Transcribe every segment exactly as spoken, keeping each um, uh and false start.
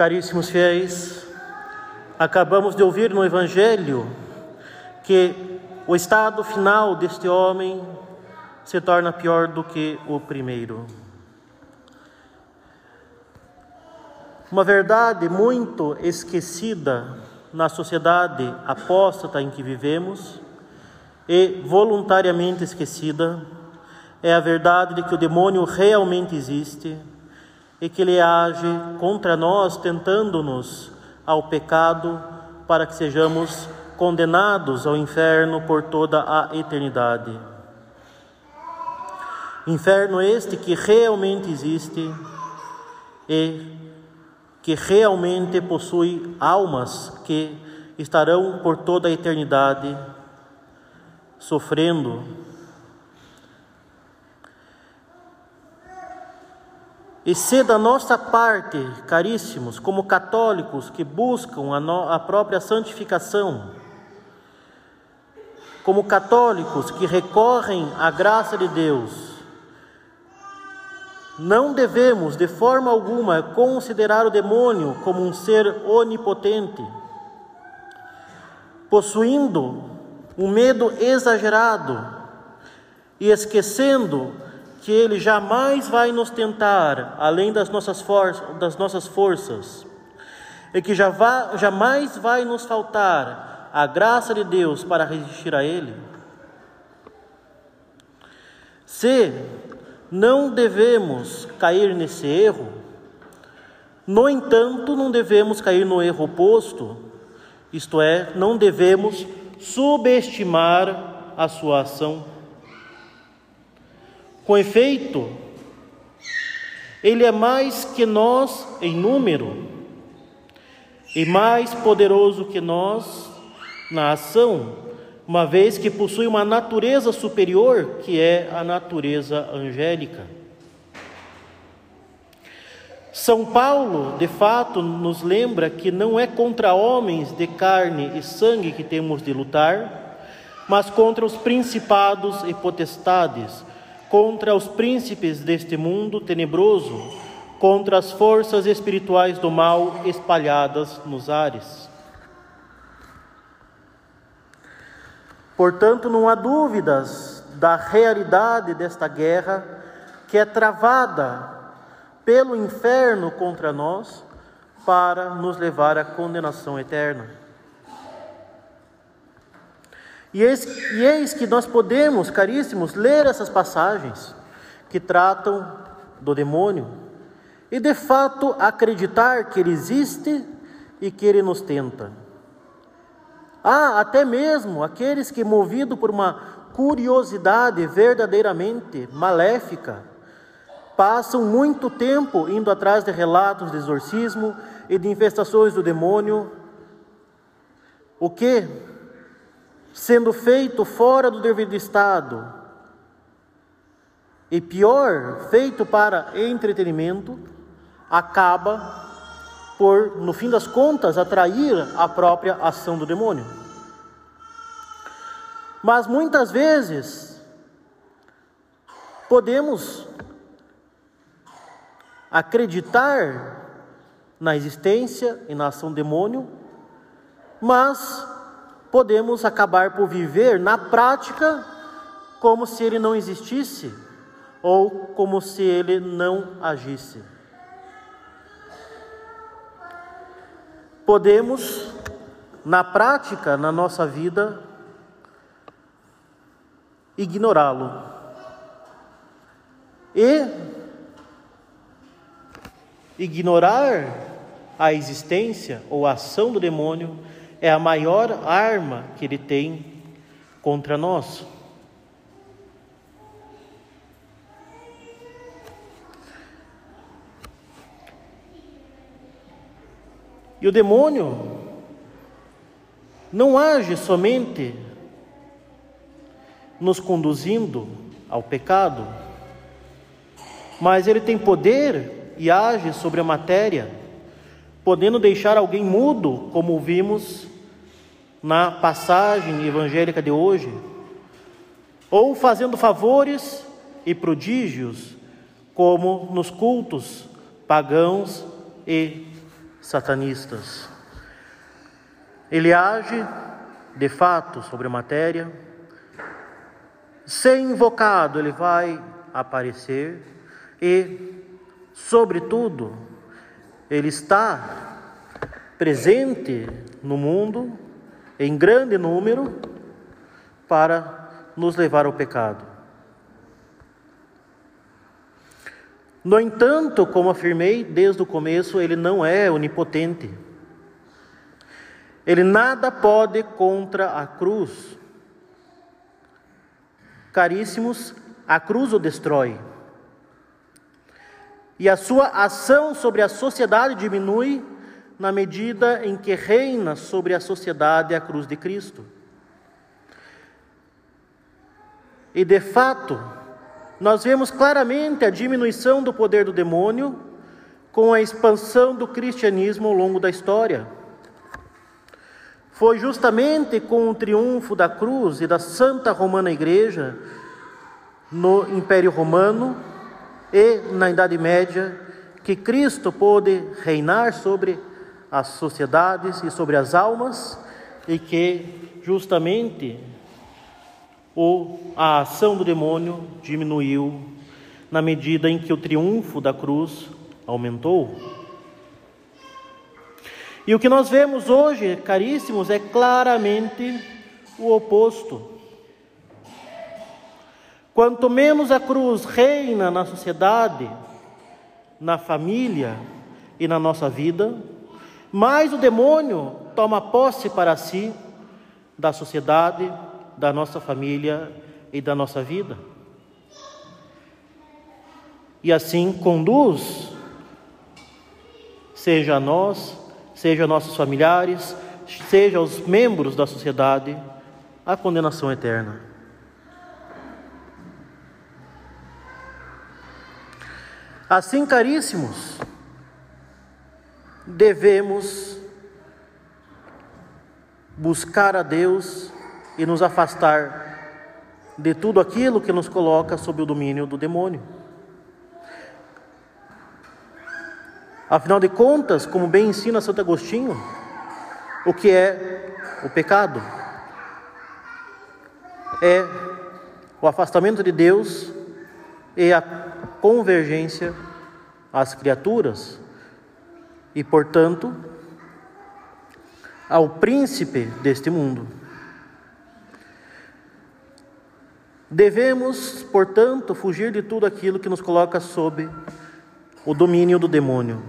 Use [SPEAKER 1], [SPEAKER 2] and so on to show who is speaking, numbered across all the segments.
[SPEAKER 1] Caríssimos fiéis, acabamos de ouvir no Evangelho que o estado final deste homem se torna pior do que o primeiro. Uma verdade muito esquecida na sociedade apóstata em que vivemos e voluntariamente esquecida é a verdade de que o demônio realmente existe e que ele age contra nós, tentando-nos ao pecado para que sejamos condenados ao inferno por toda a eternidade. Inferno este que realmente existe e que realmente possui almas que estarão por toda a eternidade sofrendo. E se da nossa parte, caríssimos, como católicos que buscam a, no, a própria santificação, como católicos que recorrem à graça de Deus, não devemos de forma alguma considerar o demônio como um ser onipotente, possuindo um medo exagerado e esquecendo que ele jamais vai nos tentar além das nossas, for das nossas forças e que já va jamais vai nos faltar a graça de Deus para resistir a ele. Se não devemos cair nesse erro, no entanto, não devemos cair no erro oposto, isto é, não devemos subestimar a sua ação. Com efeito, ele é mais que nós em número e mais poderoso que nós na ação, uma vez que possui uma natureza superior, que é a natureza angélica. São Paulo, de fato, nos lembra que não é contra homens de carne e sangue que temos de lutar, mas contra os principados e potestades, contra os príncipes deste mundo tenebroso, contra as forças espirituais do mal espalhadas nos ares. Portanto, não há dúvidas da realidade desta guerra que é travada pelo inferno contra nós para nos levar à condenação eterna. E eis, e eis que nós podemos, caríssimos, ler essas passagens que tratam do demônio e de fato acreditar que ele existe e que ele nos tenta. Há até mesmo aqueles que, movidos por uma curiosidade verdadeiramente maléfica, passam muito tempo indo atrás de relatos de exorcismo e de infestações do demônio, o que, sendo feito fora do devido estado, e pior, feito para entretenimento, acaba por, no fim das contas, atrair a própria ação do demônio. Mas muitas vezes podemos acreditar na existência e na ação do demônio, mas podemos acabar por viver na prática como se ele não existisse ou como se ele não agisse. Podemos, na prática, na nossa vida, ignorá-lo. E ignorar a existência ou a ação do demônio é a maior arma que ele tem contra nós. E o demônio não age somente nos conduzindo ao pecado, mas ele tem poder e age sobre a matéria, podendo deixar alguém mudo, como vimos na passagem evangélica de hoje, ou fazendo favores e prodígios, como nos cultos pagãos e satanistas. Ele age, de fato, sobre a matéria. Se invocado, ele vai aparecer e, sobretudo, ele está presente no mundo em grande número para nos levar ao pecado. No entanto, como afirmei desde o começo, ele não é onipotente. Ele nada pode contra a cruz. Caríssimos, a cruz o destrói. E a sua ação sobre a sociedade diminui na medida em que reina sobre a sociedade a cruz de Cristo. E de fato, nós vemos claramente a diminuição do poder do demônio com a expansão do cristianismo ao longo da história. Foi justamente com o triunfo da cruz e da Santa Romana Igreja no Império Romano e na Idade Média que Cristo pôde reinar sobre as sociedades e sobre as almas, e que justamente o, a ação do demônio diminuiu na medida em que o triunfo da cruz aumentou. E o que nós vemos hoje, caríssimos, é claramente o oposto. Quanto menos a cruz reina na sociedade, na família e na nossa vida, mais o demônio toma posse para si da sociedade, da nossa família e da nossa vida. E assim conduz, seja a nós, seja a nossos familiares, seja os membros da sociedade, à condenação eterna. Assim, caríssimos, devemos buscar a Deus e nos afastar de tudo aquilo que nos coloca sob o domínio do demônio. Afinal de contas, como bem ensina Santo Agostinho, o que é o pecado? É o afastamento de Deus e a convergência às criaturas e, portanto, ao príncipe deste mundo. Devemos, portanto, fugir de tudo aquilo que nos coloca sob o domínio do demônio.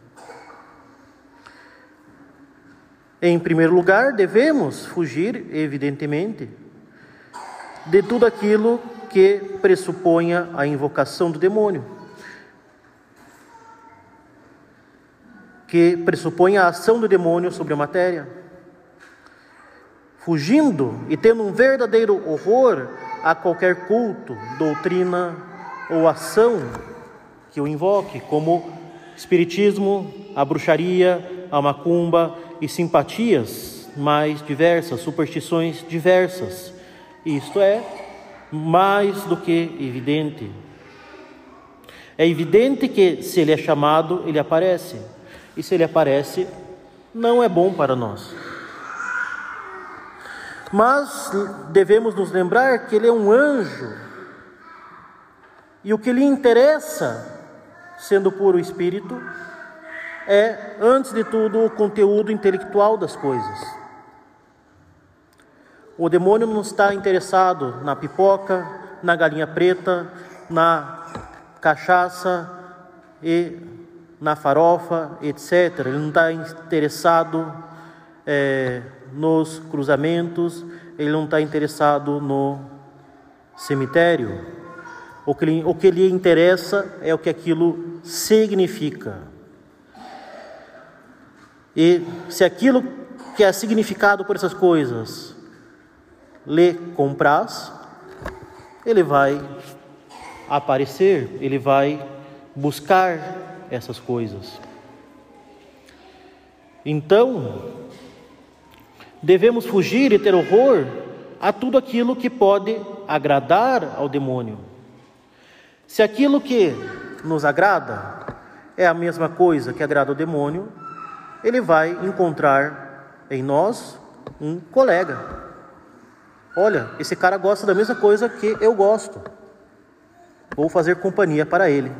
[SPEAKER 1] Em primeiro lugar, devemos fugir, evidentemente, de tudo aquilo que pressuponha a invocação do demônio, que pressupõe a ação do demônio sobre a matéria. Fugindo e tendo um verdadeiro horror a qualquer culto, doutrina ou ação que o invoque, como espiritismo, a bruxaria, a macumba e simpatias mais diversas, superstições diversas. Isto é mais do que evidente. É evidente que se ele é chamado, ele aparece. E se ele aparece, não é bom para nós. Mas devemos nos lembrar que ele é um anjo. E o que lhe interessa, sendo puro espírito, é, antes de tudo, o conteúdo intelectual das coisas. O demônio não está interessado na pipoca, na galinha preta, na cachaça e na farofa, etcétera. Ele não está interessado é, nos cruzamentos, ele não está interessado no cemitério. O que, lhe, o que lhe interessa é o que aquilo significa. E se aquilo que é significado por essas coisas lhe compraz, ele vai aparecer, ele vai buscar essas coisas. Então, devemos fugir e ter horror a tudo aquilo que pode agradar ao demônio. Se aquilo que nos agrada é a mesma coisa que agrada ao demônio, ele vai encontrar em nós um colega. Olha, esse cara gosta da mesma coisa que eu gosto. Vou fazer companhia para ele.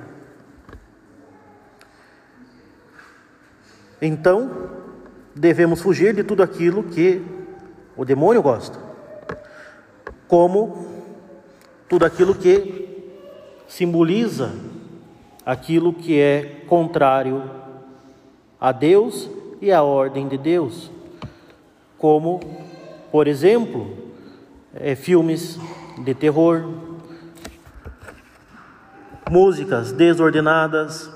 [SPEAKER 1] Então, devemos fugir de tudo aquilo que o demônio gosta, como tudo aquilo que simboliza aquilo que é contrário a Deus e à ordem de Deus, como, por exemplo, é, filmes de terror, músicas desordenadas,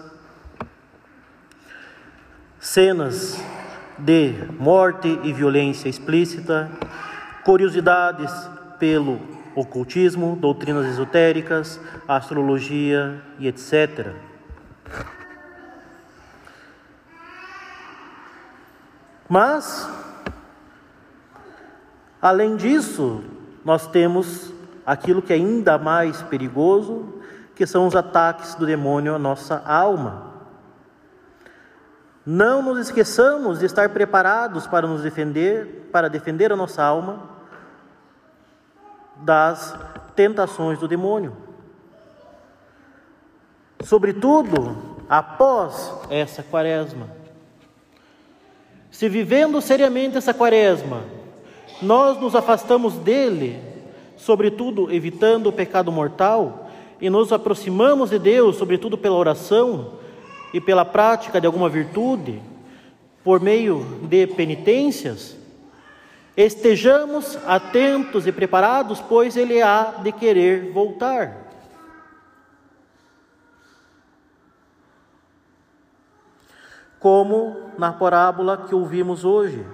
[SPEAKER 1] cenas de morte e violência explícita, curiosidades pelo ocultismo, doutrinas esotéricas, astrologia e etcétera. Mas, além disso, nós temos aquilo que é ainda mais perigoso, que são os ataques do demônio à nossa alma. Não nos esqueçamos de estar preparados para nos defender, para defender a nossa alma das tentações do demônio. Sobretudo após essa quaresma. Se vivendo seriamente essa quaresma, nós nos afastamos dele, sobretudo evitando o pecado mortal, e nos aproximamos de Deus, sobretudo pela oração e pela prática de alguma virtude, por meio de penitências, estejamos atentos e preparados, pois ele há de querer voltar. Como na parábola que ouvimos hoje.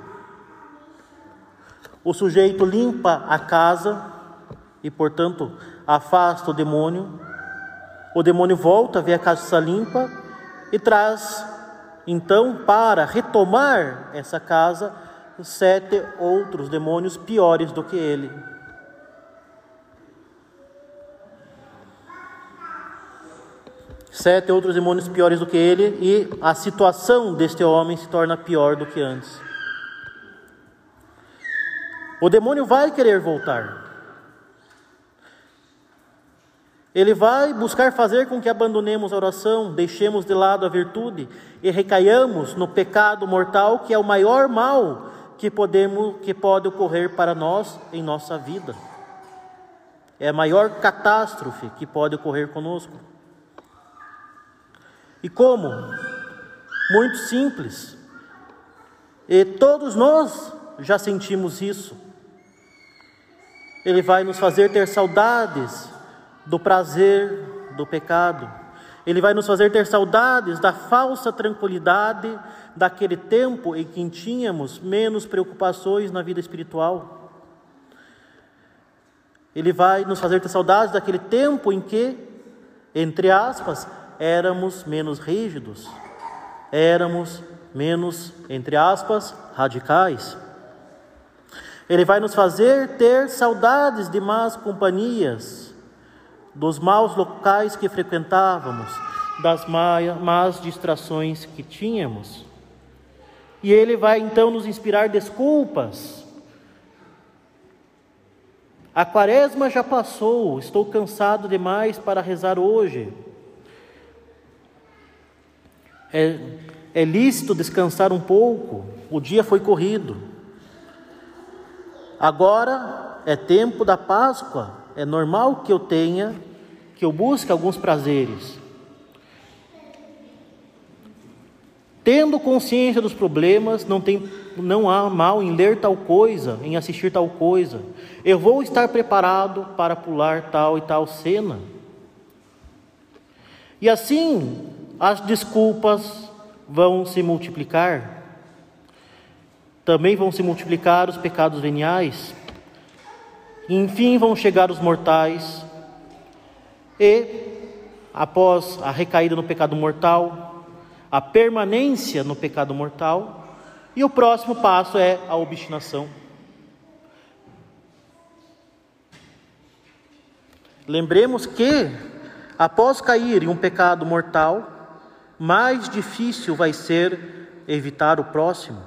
[SPEAKER 1] O sujeito limpa a casa e, portanto, afasta o demônio. O demônio volta, vê a casa limpa e traz, então, para retomar essa casa, sete outros demônios piores do que ele. Sete outros demônios piores do que ele, e a situação deste homem se torna pior do que antes. O demônio vai querer voltar. Ele vai buscar fazer com que abandonemos a oração, deixemos de lado a virtude e recaiamos no pecado mortal, que é o maior mal que, podemos, que pode ocorrer para nós em nossa vida. É a maior catástrofe que pode ocorrer conosco. E como? Muito simples. E todos nós já sentimos isso. Ele vai nos fazer ter saudades do prazer do pecado. Ele vai nos fazer ter saudades da falsa tranquilidade daquele tempo em que tínhamos menos preocupações na vida espiritual. Ele vai nos fazer ter saudades daquele tempo em que, entre aspas, éramos menos rígidos, éramos menos, entre aspas, radicais. Ele vai nos fazer ter saudades de más companhias, dos maus locais que frequentávamos, das más distrações que tínhamos. E ele vai então nos inspirar desculpas. A quaresma já passou, estou cansado demais para rezar hoje. É, é lícito descansar um pouco, o dia foi corrido. Agora é tempo da Páscoa, é normal que eu tenha, que eu busque alguns prazeres. Tendo consciência dos problemas, não, tem, não há mal em ler tal coisa, em assistir tal coisa. Eu vou estar preparado para pular tal e tal cena. E assim, as desculpas vão se multiplicar. Também vão se multiplicar os pecados veniais. Enfim, vão chegar os mortais. E, após a recaída no pecado mortal, a permanência no pecado mortal. E o próximo passo é a obstinação. Lembremos que, após cair em um pecado mortal, mais difícil vai ser evitar o próximo.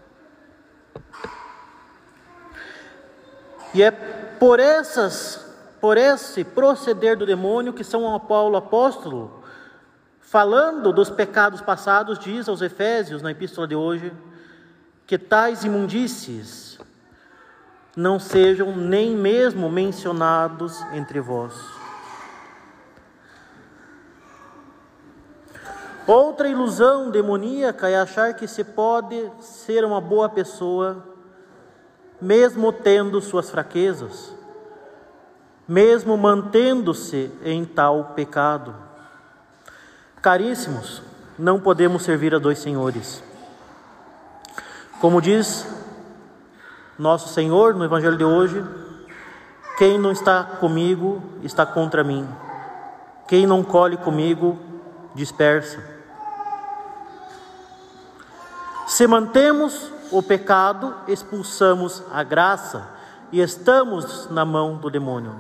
[SPEAKER 1] E é por essas, por esse proceder do demônio que São Paulo apóstolo, falando dos pecados passados, diz aos Efésios, na epístola de hoje, que tais imundícies não sejam nem mesmo mencionados entre vós. Outra ilusão demoníaca é achar que se pode ser uma boa pessoa, mesmo tendo suas fraquezas, mesmo mantendo-se em tal pecado. Caríssimos, não podemos servir a dois senhores. Como diz nosso Senhor no Evangelho de hoje, quem não está comigo está contra mim. Quem não colhe comigo, dispersa. Se mantemos o pecado, expulsamos a graça e estamos na mão do demônio.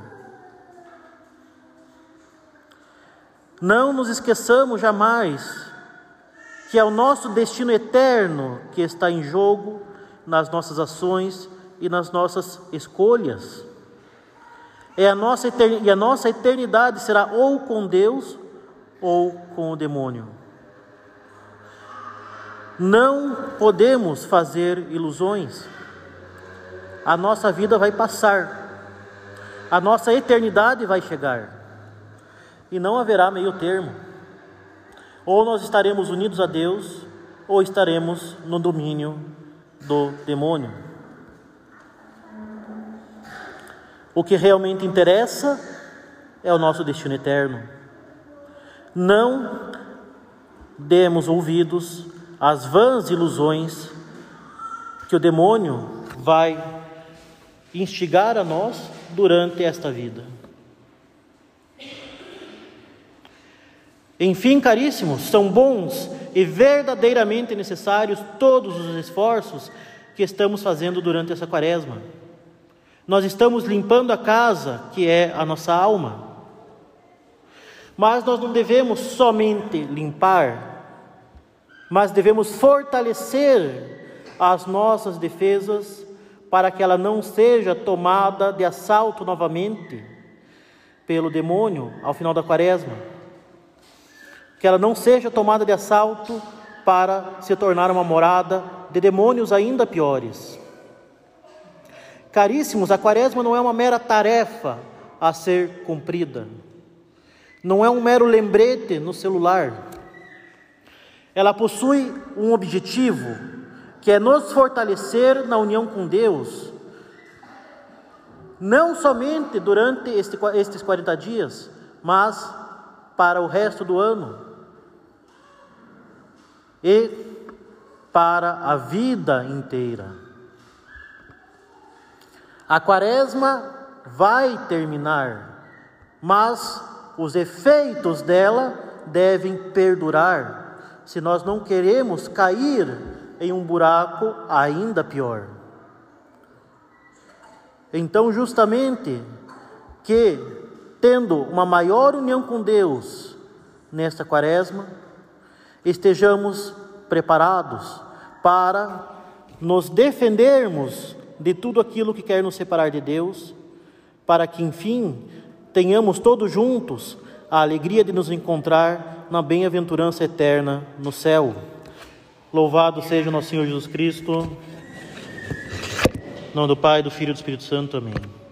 [SPEAKER 1] Não nos esqueçamos jamais que é o nosso destino eterno que está em jogo nas nossas ações e nas nossas escolhas. É a nossa etern... E a nossa eternidade será ou com Deus ou com o demônio. Não podemos fazer ilusões. A nossa vida vai passar. A nossa eternidade vai chegar. E não haverá meio termo. Ou nós estaremos unidos a Deus, ou estaremos no domínio do demônio. O que realmente interessa é o nosso destino eterno. Não demos ouvidos às vãs ilusões que o demônio vai instigar a nós durante esta vida. Enfim, caríssimos, são bons e verdadeiramente necessários todos os esforços que estamos fazendo durante essa quaresma. Nós estamos limpando a casa, que é a nossa alma. Mas nós não devemos somente limpar, mas devemos fortalecer as nossas defesas para que ela não seja tomada de assalto novamente pelo demônio ao final da quaresma. Que ela não seja tomada de assalto para se tornar uma morada de demônios ainda piores. Caríssimos, a quaresma não é uma mera tarefa a ser cumprida. Não é um mero lembrete no celular. Ela possui um objetivo, que é nos fortalecer na união com Deus, não somente durante este, estes quarenta dias, mas para o resto do ano e para a vida inteira. A quaresma vai terminar, mas os efeitos dela devem perdurar, se nós não queremos cair em um buraco ainda pior. Então, justamente que, tendo uma maior união com Deus nesta quaresma, estejamos preparados para nos defendermos de tudo aquilo que quer nos separar de Deus, para que, enfim, tenhamos todos juntos a alegria de nos encontrar na bem-aventurança eterna no céu. Louvado seja o nosso Senhor Jesus Cristo. Em nome do Pai, do Filho e do Espírito Santo. Amém.